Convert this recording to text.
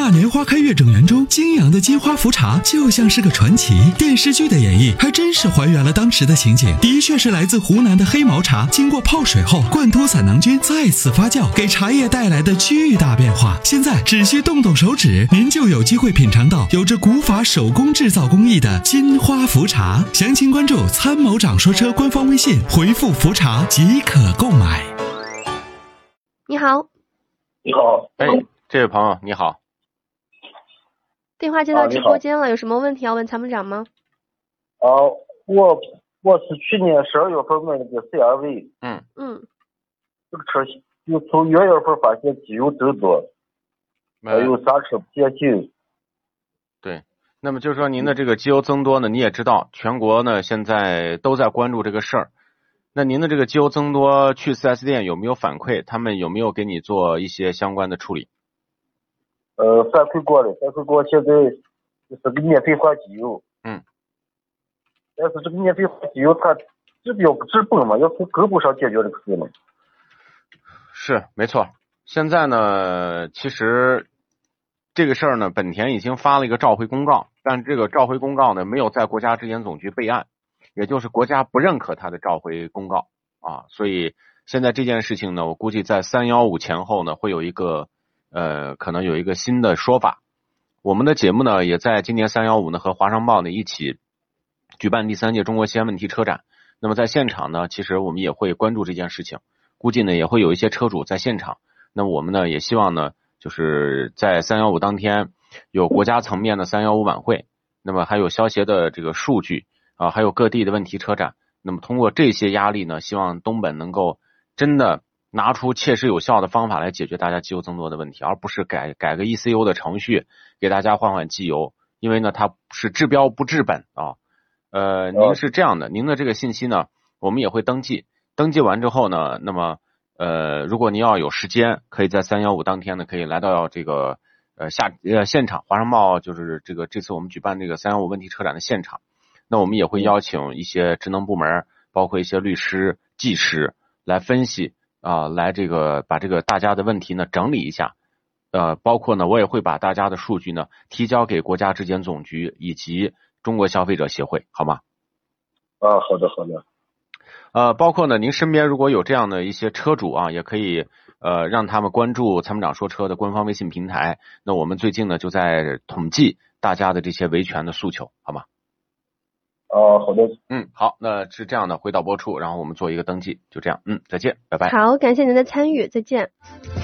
那年花开月正圆中，泾阳的金花茯茶就像是个传奇。电视剧的演绎还真是还原了当时的情景，的确是来自湖南的黑毛茶，经过泡水后，灌脱散囊菌再次发酵，给茶叶带来的巨大变化。现在只需动动手指，您就有机会品尝到有着古法手工制造工艺的金花茯茶。详情关注参谋长说车官方微信，回复茯茶即可购买。 你好。 你好， 这位朋友你好。 电话接到直播间了，有什么问题要问参谋长吗？ 我是去年12月份买的个 CRV， 这个车就从1月份发现机油增多，还有刹车不限行。 对，那么就是说您的这个机油增多呢，你也知道全国呢现在都在关注这个事儿。那您的这个机油增多去 4S 店有没有反馈？他们有没有给你做一些相关的处理？ 反馈过了，现在就是个免费换机油。但是这个免费换机油它治标不治本嘛，要从根本上解决这个事嘛。 是，没错。现在呢，其实这个事儿呢，本田已经发了一个召回公告，但这个召回公告呢没有在国家质检总局备案。也就是国家不认可他的召回公告啊，所以现在这件事情呢，我估计在315前后呢，会有一个可能有一个新的说法。我们的节目呢，也在今年315呢和华商报呢一起举办第3届中国西安问题车展。那么在现场呢，其实我们也会关注这件事情，估计呢也会有一些车主在现场。那么我们呢也希望呢，就是在315当天有国家层面的315晚会，那么还有消协的这个数据。还有各地的问题车展，那么通过这些压力呢，希望东本能够真的拿出切实有效的方法来解决大家机油增多的问题，而不是改个 ECU 的程序给大家换机油，因为呢它是治标不治本啊。您是这样的，您的这个信息呢，我们也会登记完之后呢，那么如果您要有时间，可以在315当天呢，可以来到这个现场，华商报就是这次我们举办这个315问题车展的现场。那我们也会邀请一些职能部门，包括一些律师、技师来分析来把这个大家的问题呢整理一下，包括呢我也会把大家的数据呢提交给国家质检总局以及中国消费者协会，好吗？ 好的。 包括呢您身边如果有这样的一些车主啊，也可以让他们关注参谋长说车的官方微信平台。那我们最近呢就在统计大家的这些维权的诉求，好吗？ 好的。 好，那是这样的，回导播处，然后我们做一个登记，就这样。再见，拜拜。 好，感谢您的参与，再见。